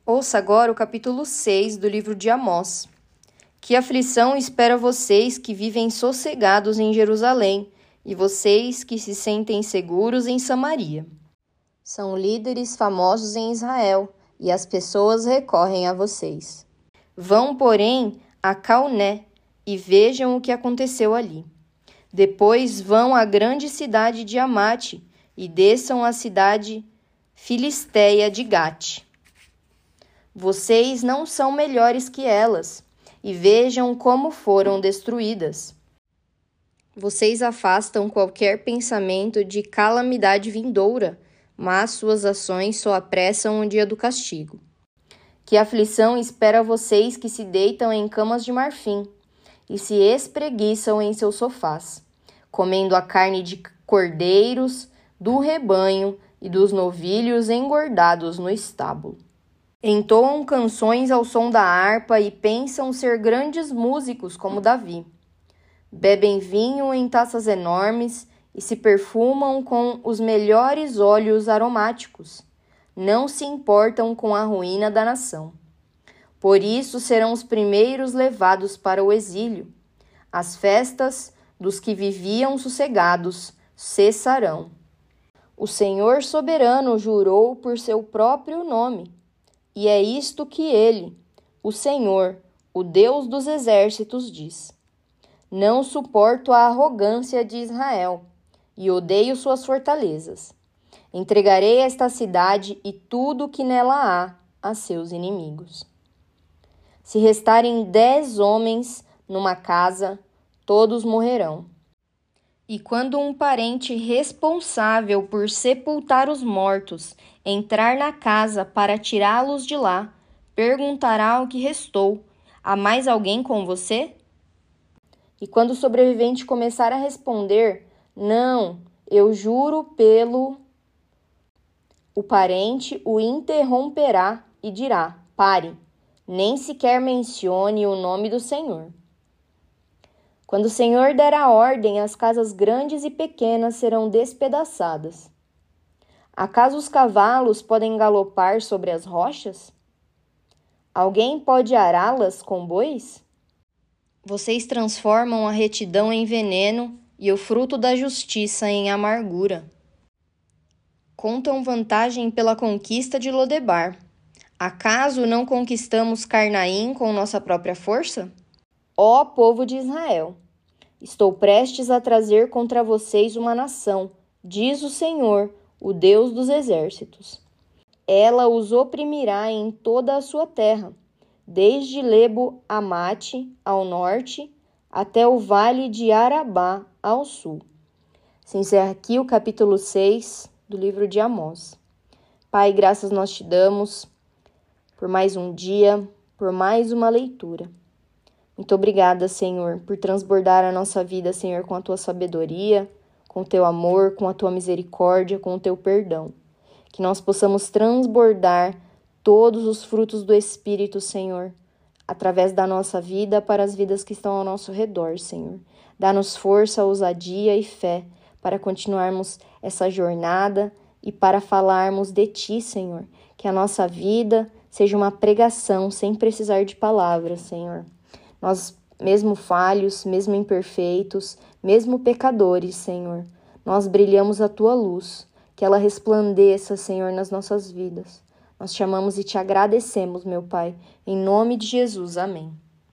Ouça agora o capítulo 6 do livro de Amós. Que aflição espera vocês que vivem sossegados em Jerusalém e vocês que se sentem seguros em Samaria. São líderes famosos em Israel e as pessoas recorrem a vocês. Vão, porém, a Calné e vejam o que aconteceu ali. Depois vão à grande cidade de Amate e desçam à cidade filisteia de Gate. Vocês não são melhores que elas, e vejam como foram destruídas. Vocês afastam qualquer pensamento de calamidade vindoura, mas suas ações só apressam o dia do castigo. Que aflição espera vocês que se deitam em camas de marfim e se espreguiçam em seus sofás, comendo a carne de cordeiros, do rebanho e dos novilhos engordados no estábulo. Entoam canções ao som da harpa e pensam ser grandes músicos como Davi. Bebem vinho em taças enormes e se perfumam com os melhores óleos aromáticos. Não se importam com a ruína da nação. Por isso serão os primeiros levados para o exílio. As festas dos que viviam sossegados cessarão. O Senhor soberano jurou por seu próprio nome. E é isto que ele, o Senhor, o Deus dos exércitos, diz: Não suporto a arrogância de Israel e odeio suas fortalezas. Entregarei esta cidade e tudo o que nela há a seus inimigos. Se restarem 10 homens numa casa, todos morrerão. E quando um parente responsável por sepultar os mortos entrar na casa para tirá-los de lá, perguntará o que restou: há mais alguém com você? E quando o sobrevivente começar a responder: não, eu juro pelo... O parente o interromperá e dirá: pare, nem sequer mencione o nome do Senhor. Quando o Senhor der a ordem, as casas grandes e pequenas serão despedaçadas. Acaso os cavalos podem galopar sobre as rochas? Alguém pode ará-las com bois? Vocês transformam a retidão em veneno e o fruto da justiça em amargura. Contam vantagem pela conquista de Lodebar. Acaso não conquistamos Carnaim com nossa própria força? Ó povo de Israel, estou prestes a trazer contra vocês uma nação, diz o Senhor, o Deus dos exércitos. Ela os oprimirá em toda a sua terra, desde Lebo Amate ao norte, até o vale de Arabá ao sul. Se encerra aqui o capítulo 6 do livro de Amós. Pai, graças nós te damos por mais um dia, por mais uma leitura. Muito obrigada, Senhor, por transbordar a nossa vida, Senhor, com a tua sabedoria, com o teu amor, com a tua misericórdia, com o teu perdão. Que nós possamos transbordar todos os frutos do Espírito, Senhor, através da nossa vida para as vidas que estão ao nosso redor, Senhor. Dá-nos força, ousadia e fé para continuarmos essa jornada e para falarmos de Ti, Senhor. Que a nossa vida seja uma pregação sem precisar de palavras, Senhor. Nós, mesmo falhos, mesmo imperfeitos, mesmo pecadores, Senhor, nós brilhamos a Tua luz, que ela resplandeça, Senhor, nas nossas vidas. Nós te amamos e te agradecemos, meu Pai, em nome de Jesus. Amém.